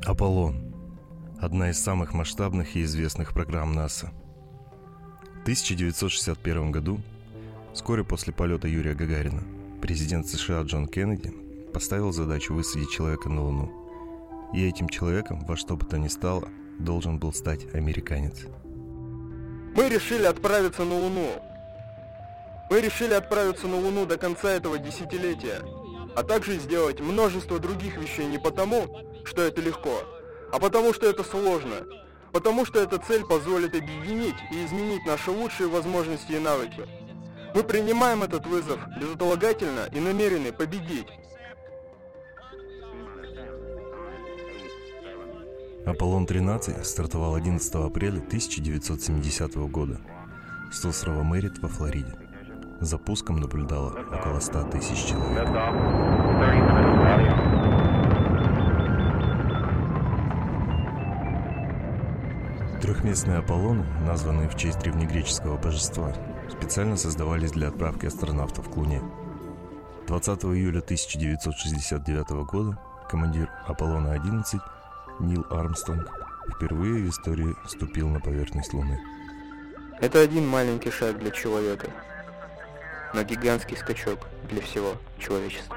Аполлон – одна из самых масштабных и известных программ НАСА. В 1961 году, вскоре после полета Юрия Гагарина, президент США Джон Кеннеди поставил задачу высадить человека на Луну. И этим человеком, во что бы то ни стало, должен был стать американец. Мы решили отправиться на Луну. Мы решили отправиться на Луну до конца этого десятилетия, а также сделать множество других вещей не потому, что это легко, а потому что это сложно. Потому что эта цель позволит объединить и изменить наши лучшие возможности и навыки. Мы принимаем этот вызов безотлагательно и намерены победить. Аполлон-13 стартовал 11 апреля 1970 года с острова Мэрит во Флориде. За пуском наблюдало около 100 тысяч человек. Трехместные Аполлоны, названные в честь древнегреческого божества, специально создавались для отправки астронавтов к Луне. 20 июля 1969 года командир Аполлона-11 Нил Армстронг впервые в истории ступил на поверхность Луны. Это один маленький шаг для человека, но гигантский скачок для всего человечества.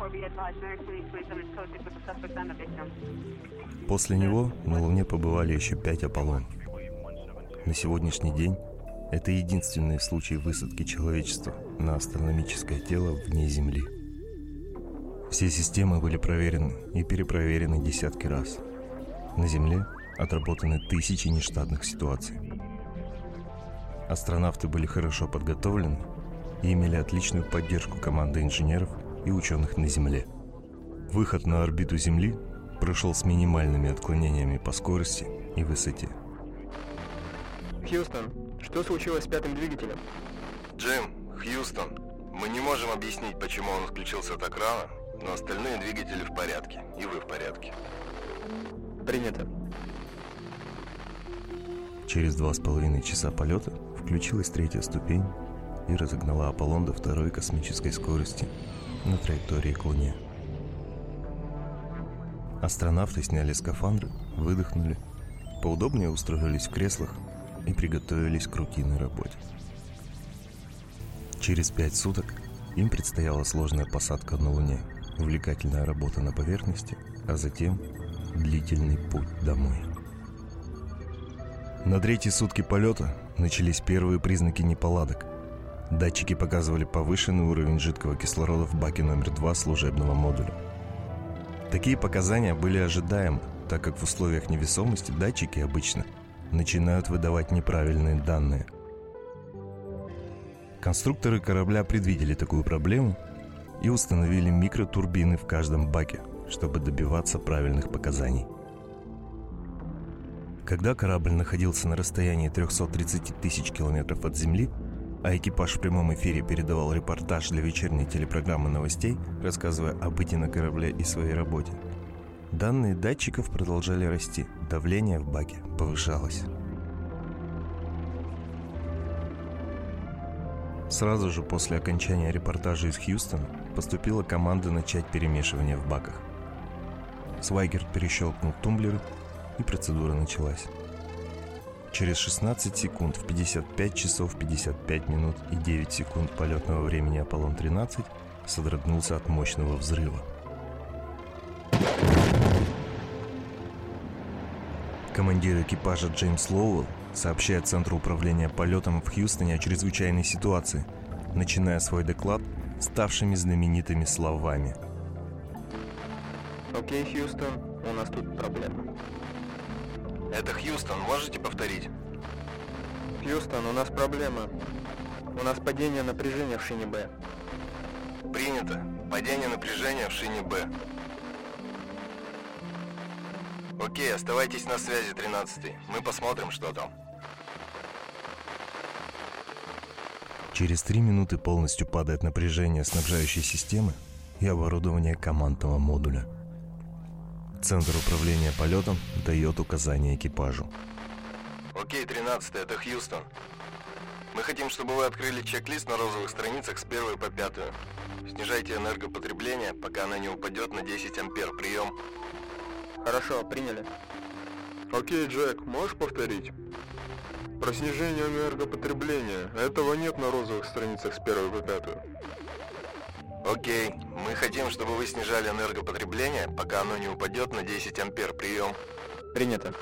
После него на Луне побывали еще 5 Аполлонов. На сегодняшний день это единственный случай высадки человечества на астрономическое тело вне Земли. Все системы были проверены и перепроверены десятки раз. На Земле отработаны тысячи нештатных ситуаций. Астронавты были хорошо подготовлены и имели отличную поддержку команды инженеров и ученых на Земле. Выход на орбиту Земли прошел с минимальными отклонениями по скорости и высоте. Хьюстон, что случилось с пятым двигателем? Джим, Хьюстон, мы не можем объяснить, почему он включился так рано, но остальные двигатели в порядке, и вы в порядке. Принято. Через 2,5 часа полета включилась третья ступень и разогнала Аполлон до второй космической скорости на траектории к Луне. Астронавты сняли скафандры, выдохнули, поудобнее устроились в креслах и приготовились к рутинной работе. Через 5 суток им предстояла сложная посадка на Луне, увлекательная работа на поверхности, а затем длительный путь домой. На третьи сутки полета начались первые признаки неполадок. Датчики показывали повышенный уровень жидкого кислорода в баке номер 2 служебного модуля. Такие показания были ожидаемы, так как в условиях невесомости датчики обычно начинают выдавать неправильные данные. Конструкторы корабля предвидели такую проблему и установили микротурбины в каждом баке, чтобы добиваться правильных показаний. Когда корабль находился на расстоянии 330 тысяч километров от Земли, а экипаж в прямом эфире передавал репортаж для вечерней телепрограммы новостей, рассказывая о быте на корабле и своей работе, данные датчиков продолжали расти, давление в баке повышалось. Сразу же после окончания репортажа из Хьюстона поступила команда начать перемешивание в баках. Свайгерт перещелкнул тумблеры, и процедура началась. Через 16 секунд в 55 часов 55 минут и 9 секунд полетного времени Аполлон-13 содрогнулся от мощного взрыва. Командир экипажа Джеймс Лоуэлл сообщает Центру управления полетом в Хьюстоне о чрезвычайной ситуации, начиная свой доклад ставшими знаменитыми словами. Окей, Хьюстон, у нас тут проблема. Это Хьюстон, можете повторить? Хьюстон, у нас проблема. У нас падение напряжения в шине Б. Принято. Падение напряжения в шине Б. Окей, оставайтесь на связи, 13-й. Мы посмотрим, что там. Через 3 минуты полностью падает напряжение снабжающей системы и оборудование командного модуля. Центр управления полетом дает указания экипажу. Окей, 13-й, это Хьюстон. Мы хотим, чтобы вы открыли чек-лист на розовых страницах с 1 по 5. Снижайте энергопотребление, пока она не упадет на 10 ампер. Прием. Хорошо, приняли. Окей, Джек, можешь повторить? Про снижение энергопотребления. Этого нет на розовых страницах с 1 по 5. Окей, мы хотим, чтобы вы снижали энергопотребление, пока оно не упадет на 10 ампер. Прием. Принято.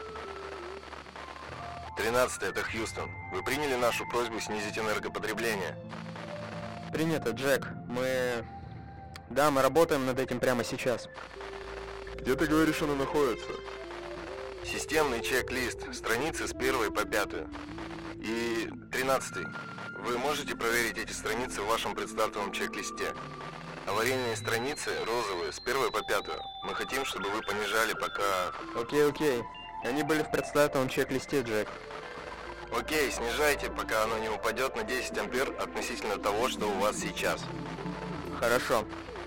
13, это Хьюстон. Вы приняли нашу просьбу снизить энергопотребление? Принято, Джек. Да, мы работаем над этим прямо сейчас. Где ты говоришь, оно находится? Системный чек-лист, страницы с 1 по 5. И 13. Вы можете проверить эти страницы в вашем предстартовом чек-листе. Аварийные страницы розовые, с 1 по 5. Мы хотим, чтобы вы понижали пока... Окей. Они были в предстартовом чек-листе, Джек. Окей, снижайте, пока оно не упадет на 10 ампер относительно того, что у вас сейчас. Хорошо.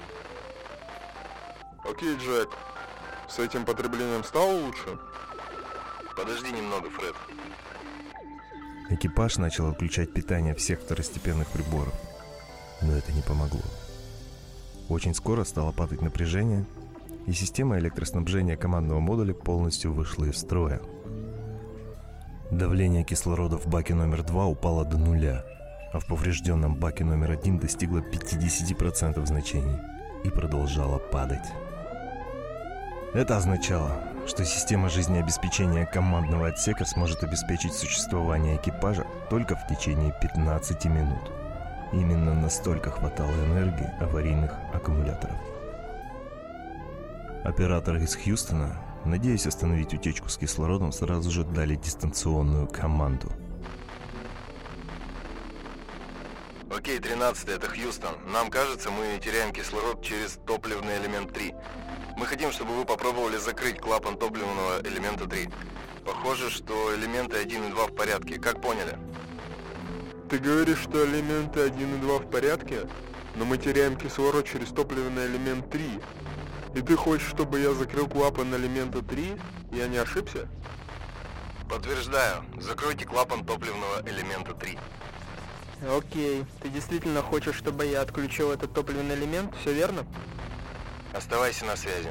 Окей, Джек. С этим потреблением стало лучше? Подожди немного, Фред. Экипаж начал отключать питание всех второстепенных приборов, но это не помогло. Очень скоро стало падать напряжение, и система электроснабжения командного модуля полностью вышла из строя. Давление кислорода в баке номер 2 упало до нуля, а в поврежденном баке номер 1 достигло 50% значений и продолжало падать. Это означало, что система жизнеобеспечения командного отсека сможет обеспечить существование экипажа только в течение 15 минут. Именно настолько хватало энергии аварийных аккумуляторов. Операторы из Хьюстона, надеясь остановить утечку с кислородом, сразу же дали дистанционную команду. Окей, 13, это Хьюстон. Нам кажется, мы теряем кислород через топливный элемент 3. Мы хотим, чтобы вы попробовали закрыть клапан топливного элемента 3. Похоже, что элементы 1 и 2 в порядке. Как поняли? Ты говоришь, что элементы 1 и 2 в порядке, но мы теряем кислород через топливный элемент 3. И ты хочешь, чтобы я закрыл клапан элемента 3? Я не ошибся? Подтверждаю. Закройте клапан топливного элемента 3. Окей. Ты действительно хочешь, чтобы я отключил этот топливный элемент? Все верно? Оставайся на связи.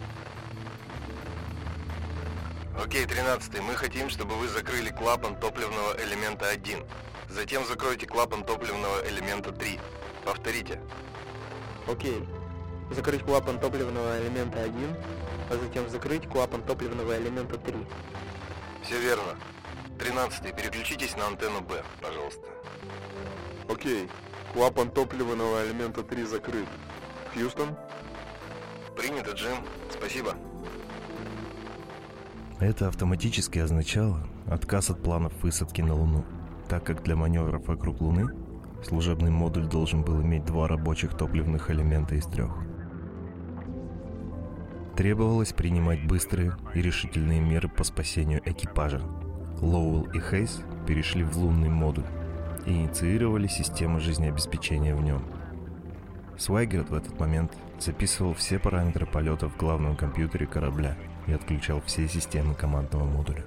Окей, 13, мы хотим, чтобы вы закрыли клапан топливного элемента 1. Затем закройте клапан топливного элемента 3. Повторите. Окей. Закрыть клапан топливного элемента 1, а затем закрыть клапан топливного элемента 3. Все верно. 13, переключитесь на антенну Б, пожалуйста. Окей. Клапан топливного элемента 3 закрыт. Хьюстон? Принято, Джим. Спасибо. Это автоматически означало отказ от планов высадки на Луну, так как для маневров вокруг Луны служебный модуль должен был иметь 2 рабочих топливных элемента из 3. Требовалось принимать быстрые и решительные меры по спасению экипажа. Лоуэлл и Хейс перешли в лунный модуль и инициировали систему жизнеобеспечения в нем. Свайгерт в этот момент записывал все параметры полета в главном компьютере корабля и отключал все системы командного модуля.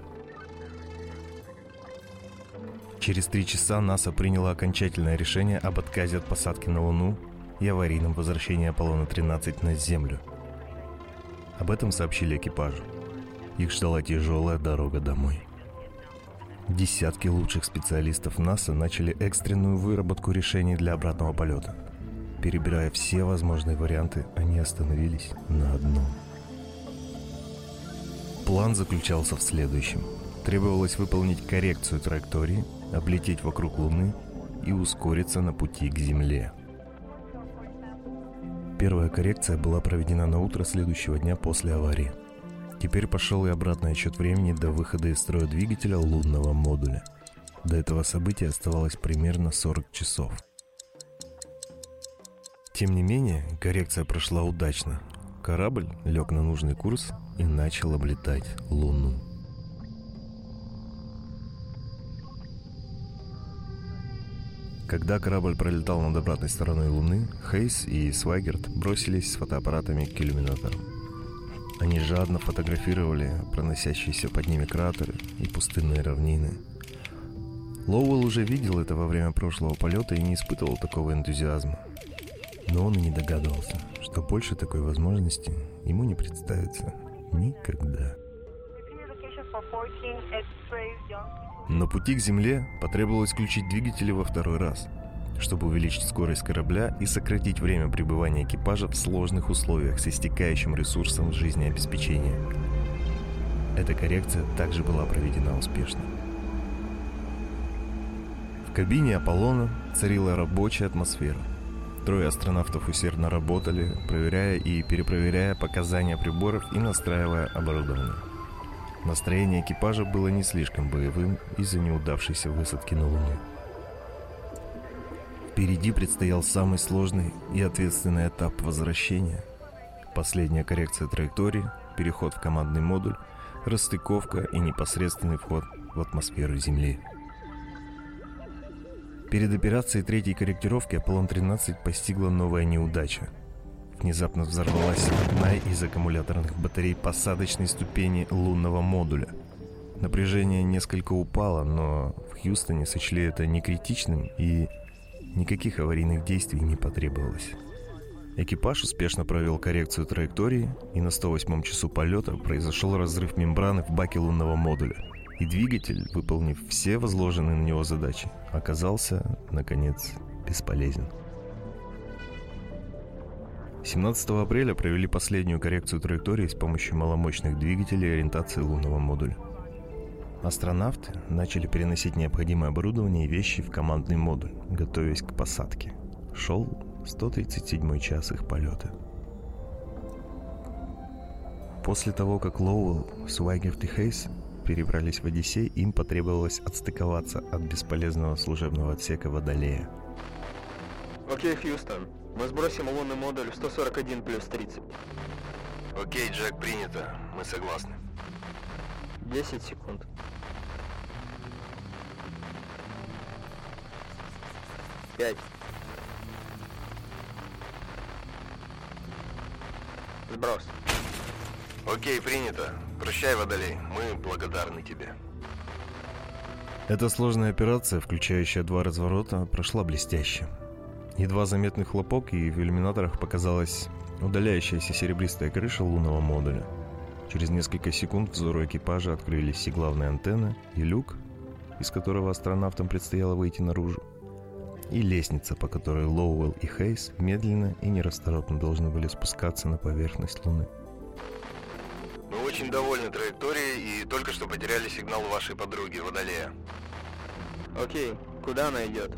Через 3 часа НАСА приняло окончательное решение об отказе от посадки на Луну и аварийном возвращении Аполлона-13 на Землю. Об этом сообщили экипажу. Их ждала тяжелая дорога домой. Десятки лучших специалистов НАСА начали экстренную выработку решений для обратного полета. Перебирая все возможные варианты, они остановились на одном. План заключался в следующем. Требовалось выполнить коррекцию траектории, облететь вокруг Луны и ускориться на пути к Земле. Первая коррекция была проведена на утро следующего дня после аварии. Теперь пошел и обратный отсчет времени до выхода из строя двигателя лунного модуля. До этого события оставалось примерно 40 часов. Тем не менее, коррекция прошла удачно. Корабль лег на нужный курс и начал облетать Луну. Когда корабль пролетал над обратной стороной Луны, Хейс и Свайгерт бросились с фотоаппаратами к иллюминатору. Они жадно фотографировали проносящиеся под ними кратеры и пустынные равнины. Лоуэлл уже видел это во время прошлого полета и не испытывал такого энтузиазма. Но он и не догадывался, что больше такой возможности ему не представится никогда. На пути к Земле потребовалось включить двигатели во второй раз, чтобы увеличить скорость корабля и сократить время пребывания экипажа в сложных условиях с истекающим ресурсом жизнеобеспечения. Эта коррекция также была проведена успешно. В кабине Аполлона царила рабочая атмосфера. 3 астронавтов усердно работали, проверяя и перепроверяя показания приборов и настраивая оборудование. Настроение экипажа было не слишком боевым из-за неудавшейся высадки на Луну. Впереди предстоял самый сложный и ответственный этап возвращения. Последняя коррекция траектории, переход в командный модуль, расстыковка и непосредственный вход в атмосферу Земли. Перед операцией третьей корректировки Аполлон-13 постигла новая неудача. Внезапно взорвалась одна из аккумуляторных батарей посадочной ступени лунного модуля. Напряжение несколько упало, но в Хьюстоне сочли это некритичным и никаких аварийных действий не потребовалось. Экипаж успешно провел коррекцию траектории, и на 108-м часу полета произошел разрыв мембраны в баке лунного модуля, и двигатель, выполнив все возложенные на него задачи, оказался, наконец, бесполезен. 17 апреля провели последнюю коррекцию траектории с помощью маломощных двигателей ориентации лунного модуля. Астронавты начали переносить необходимое оборудование и вещи в командный модуль, готовясь к посадке. Шел 137-й час их полета. После того, как Лоуэлл, Свайгерт и Хейс перебрались в Одиссей, им потребовалось отстыковаться от бесполезного служебного отсека Водолея. Окей, Хьюстон. Мы сбросим лунный модуль в 141 плюс 30. Окей, Джек, принято. Мы согласны. 10 секунд. 5. Сброс. Окей, принято. Прощай, Водолей. Мы благодарны тебе. Эта сложная операция, включающая 2 разворота, прошла блестяще. Едва заметный хлопок, и в иллюминаторах показалась удаляющаяся серебристая крыша лунного модуля. Через несколько секунд взору экипажа открылись и главная антенна, и люк, из которого астронавтам предстояло выйти наружу, и лестница, по которой Лоуэлл и Хейс медленно и нерасторопно должны были спускаться на поверхность Луны. Мы очень довольны траекторией и только что потеряли сигнал вашей подруги, Водолея. Окей, куда она идет?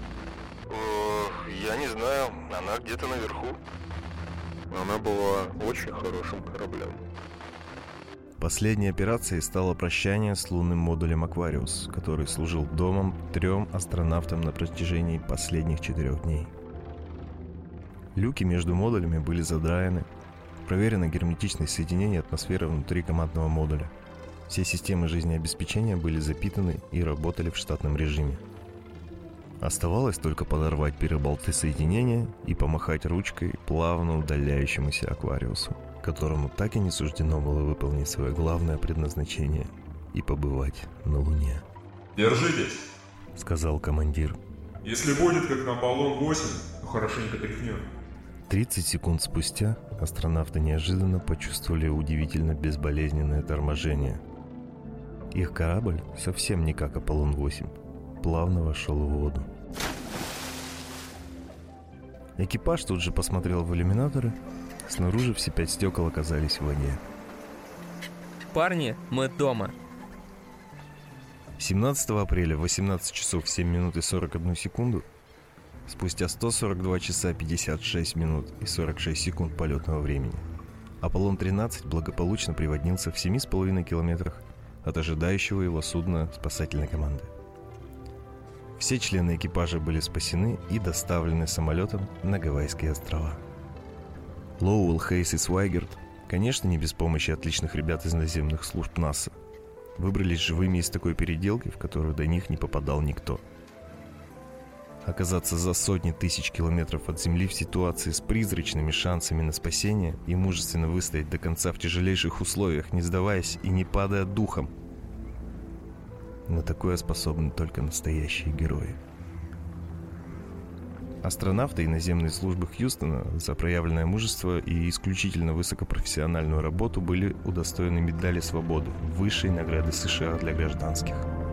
Я не знаю, она где-то наверху. Она была очень хорошим кораблем. Последней операцией стало прощание с лунным модулем «Аквариус», который служил домом 3 астронавтам на протяжении последних 4 дней. Люки между модулями были задраены, проверено герметичное соединение атмосферы внутри командного модуля. Все системы жизнеобеспечения были запитаны и работали в штатном режиме. Оставалось только подорвать переболты соединения и помахать ручкой плавно удаляющемуся «Аквариусу», которому так и не суждено было выполнить свое главное предназначение и побывать на Луне. «Держитесь», — сказал командир. «Если будет, как на Аполлон-8, то хорошенько тряхнет». 30 секунд спустя астронавты неожиданно почувствовали удивительно безболезненное торможение. Их корабль, совсем не как Аполлон-8, плавно вошел в воду. Экипаж тут же посмотрел в иллюминаторы. Снаружи все 5 стекол оказались в воде. Парни, мы дома. 17 апреля в 18 часов 7 минут и 41 секунду, спустя 142 часа 56 минут и 46 секунд полетного времени, Аполлон-13 благополучно приводнился в 7,5 километрах от ожидающего его судна спасательной команды. Все члены экипажа были спасены и доставлены самолетом на Гавайские острова. Лоуэлл, Хейс и Свайгерт, конечно, не без помощи отличных ребят из наземных служб НАСА, выбрались живыми из такой переделки, в которую до них не попадал никто. Оказаться за сотни тысяч километров от Земли в ситуации с призрачными шансами на спасение и мужественно выстоять до конца в тяжелейших условиях, не сдаваясь и не падая духом. На такое способны только настоящие герои. Астронавты и наземные службы Хьюстона за проявленное мужество и исключительно высокопрофессиональную работу были удостоены медали свободы, высшей награды США для гражданских.